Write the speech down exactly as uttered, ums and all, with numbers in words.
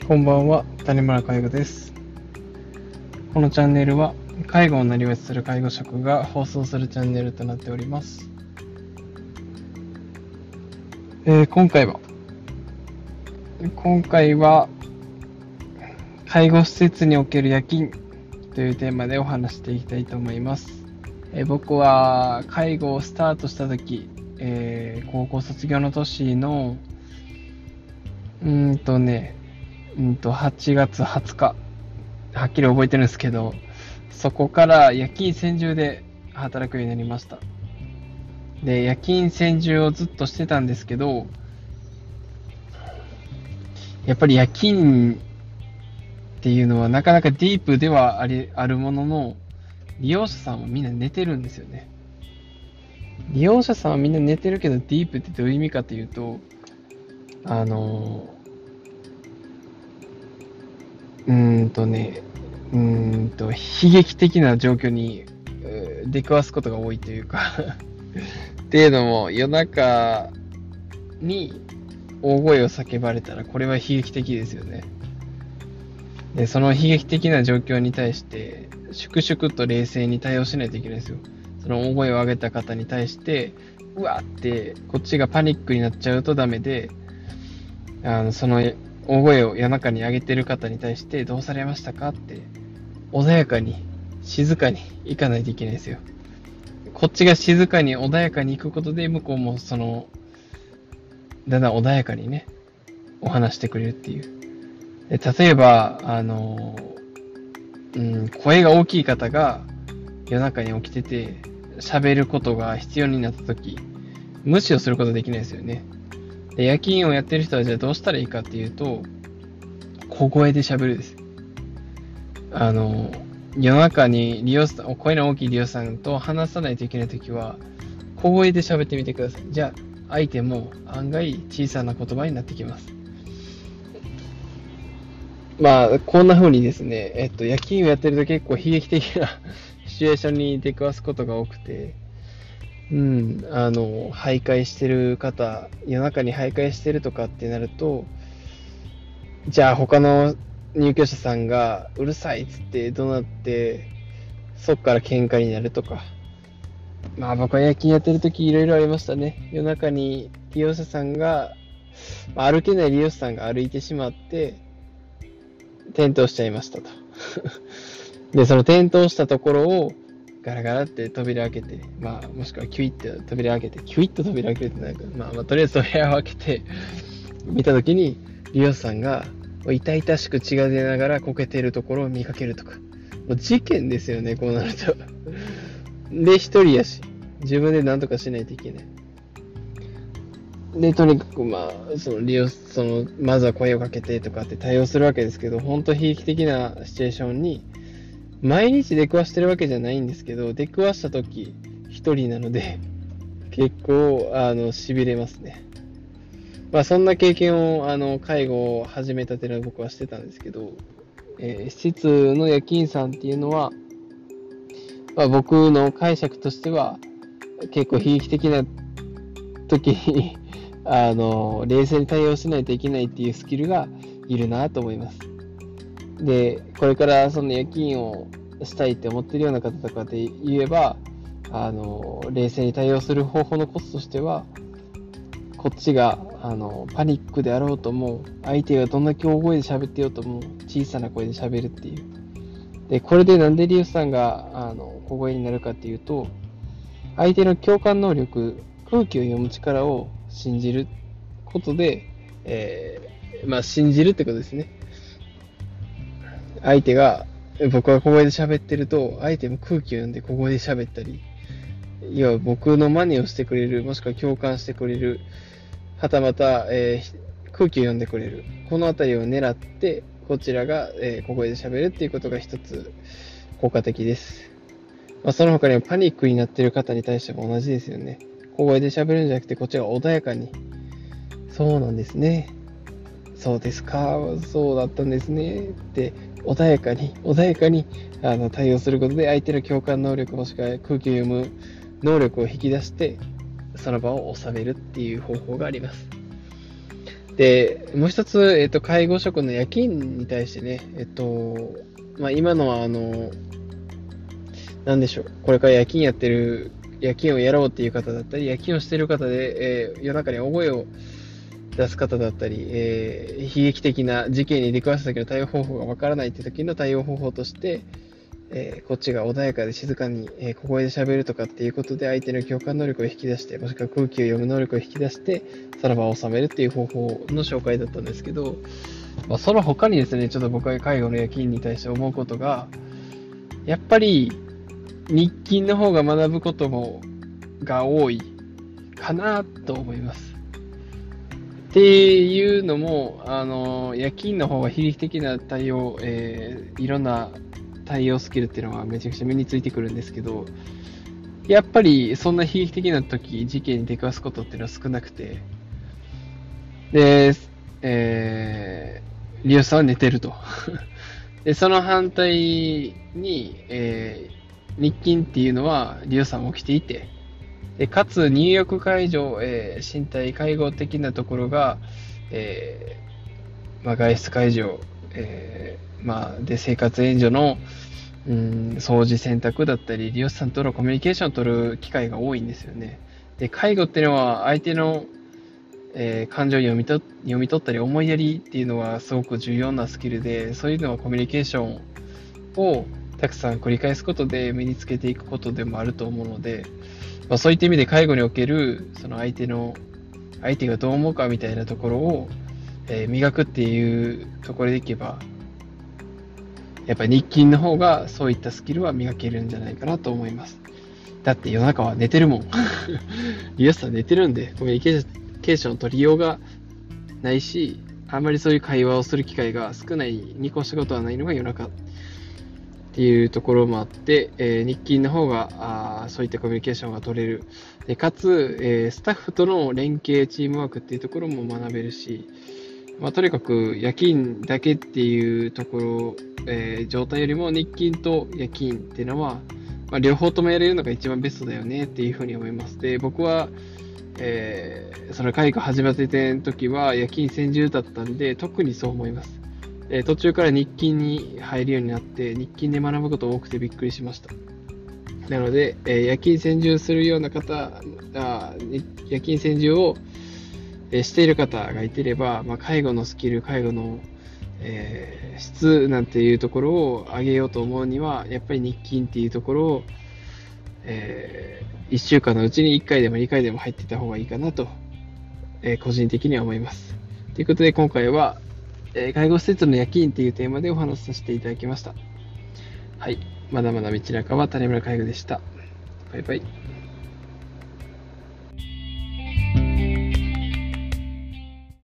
こんばんは、谷村介護です。このチャンネルは介護をなりわちする介護職が放送するチャンネルとなっております。えー、今回は今回は介護施設における夜勤というテーマでお話していきたいと思います。えー、僕は介護をスタートした時、えー、高校卒業の年のうーんとねうんとはちがつはつか、はっきり覚えてるんですけど、そこから夜勤専従で働くようになりました。で、夜勤専従をずっとしてたんですけど、やっぱり夜勤っていうのはなかなかディープではありあるものの、利用者さんはみんな寝てるんですよね。利用者さんはみんな寝てるけど、ディープってどういう意味かというと、あのうーんとね、うーんと悲劇的な状況に出くわすことが多いというかっていうのも、夜中に大声を叫ばれたらこれは悲劇的ですよね。で、その悲劇的な状況に対して粛々と冷静に対応しないといけないんですよ。その大声を上げた方に対してうわってこっちがパニックになっちゃうとダメで、あのその大声を夜中に上げてる方に対してどうされましたかって穏やかに静かに行かないといけないですよ。こっちが静かに穏やかに行くことで向こうもそのだんだん穏やかにねお話してくれるっていう。で、例えばあの、うん、声が大きい方が夜中に起きてて喋ることが必要になった時、無視をすることできないですよね。で、夜勤をやってる人はじゃあどうしたらいいかっていうと、小声で喋るです。あの夜中に利用者声の大きい利用者さんと話さないといけないときは小声で喋ってみてください。じゃあ相手も案外小さな言葉になってきます。まあこんな風にですね、えっと夜勤をやってると結構悲劇的なシチュエーションに出くわすことが多くて、うん、あの徘徊してる方、夜中に徘徊してるとかってなると、じゃあ他の入居者さんがうるさいっつって怒鳴ってそっから喧嘩になるとか。まあ僕は夜勤やってる時いろいろありましたね。夜中に利用者さんが、まあ、歩けない利用者さんが歩いてしまって転倒しちゃいましたとでその転倒したところをガラガラって扉開けて、まあもしくはキュイッと扉開けてキュイッと扉開けてなんか、まあ、まあとりあえず扉を開けて見た時に利用者さんが痛々しく血が出ながらこけてるところを見かけるとか、もう事件ですよね、こうなるとで一人やし自分で何とかしないといけない。でとにかくまあその利用そのまずは声をかけてとかって対応するわけですけど、本当悲劇的なシチュエーションに毎日出くわしてるわけじゃないんですけど、出くわした時一人なので結構あの痺れますね。まあそんな経験をあの介護を始めたての僕はしてたんですけど、えー、施設の夜勤さんっていうのは、まあ、僕の解釈としては結構悲劇的な時にあの冷静に対応しないといけないっていうスキルがいるなと思います。で、これからその夜勤をしたいって思ってるような方とかで言えば、あの冷静に対応する方法のコツとしては、こっちがあのパニックであろうとも、相手がどんな大声で喋ってようとも小さな声で喋るっていう。で、これでなんで利用者さんがあの小声になるかっていうと、相手の共感能力、空気を読む力を信じることで、えー、まあ信じるってことですね。相手が僕が小声で喋ってると、相手も空気を読んで小声で喋ったり、要は僕の真似をしてくれる、もしくは共感してくれる、はたまた、えー、空気を読んでくれる、このあたりを狙ってこちらが、えー、小声で喋るっていうことが一つ効果的です。まあ、その他にもパニックになっている方に対しても同じですよね。小声で喋るんじゃなくてこっちが穏やかに、そうなんですね、そうですか、そうだったんですねって穏やかに穏やかにあの対応することで、相手の共感能力もしくは空気を読む能力を引き出してその場を収めるっていう方法があります。 で、もう一つ、えっと、介護職の夜勤に対してね、えっと、まあ、今のは、あの、なんでしょう、これから夜勤やってる、夜勤をやろうっていう方だったり、夜勤をしている方で、えー夜中に大声を出す方だったり、えー悲劇的な事件に出くわした時の対応方法がわからないって時の対応方法として、えーこっちが穏やかで静かに、えー小声で喋るとかっていうことで相手の共感能力を引き出して、もしくは空気を読む能力を引き出して、その場を収めるっていう方法の紹介だったんですけど、まあ、その他にですね、ちょっと僕が介護の夜勤に対して思うことが、やっぱり日勤の方が学ぶこともが多いかなと思います。っていうのも、あの、夜勤の方が悲劇的な対応、えーいろんな対応スキルっていうのはめちゃくちゃ身についてくるんですけど、やっぱりそんな悲劇的な時、事件に出くわすことっていうのは少なくて、で、えー、利用者は寝てると。で、その反対に、えー日勤っていうのは利用者も起きていて、でかつ入浴介助、えー身体介護的なところが、えーまあ、外出介助、えーまあ、で生活援助の、うん、掃除洗濯だったり利用者さんとのコミュニケーションを取る機会が多いんですよね。で介護っていうのは相手の、えー感情を読み取読み取ったり思いやりっていうのはすごく重要なスキルで、そういうのはコミュニケーションをたくさん繰り返すことで身につけていくことでもあると思うので、まあ、そういった意味で介護におけるその相手の相手がどう思うかみたいなところを、えー磨くっていうところでいけば、やっぱり日勤の方がそういったスキルは磨けるんじゃないかなと思います。だって夜中は寝てるもん。リアスさん寝てるんでコミュニケーションの取りようがないし、あんまりそういう会話をする機会が少ないに越したことはないのが夜中っていうところもあって、えー日勤の方があーそういったコミュニケーションが取れる。でかつ、えースタッフとの連携、チームワークっていうところも学べるし、まあ、とにかく夜勤だけっていうところ、えー状態よりも日勤と夜勤っていうのは、まあ、両方ともやれるのが一番ベストだよねっていうふうに思います。で、僕は、えーその介護始まってての時は夜勤専従だったんで、特にそう思います。えー途中から日勤に入るようになって、日勤で学ぶこと多くてびっくりしました。なので、えー夜勤専従するような方、あに夜勤専従を、えーしている方がいてれば、まあ、介護のスキル、介護の、えー質なんていうところを上げようと思うには、やっぱり日勤っていうところを、えー、いっしゅうかんのうちにいっかいでもにかいでも入っていた方がいいかなと、えー個人的には思います。ということで今回は、えー介護施設の夜勤っていうテーマでお話しさせていただきました。はい。まだまだ道半ば、種村介護でした。バイバイ。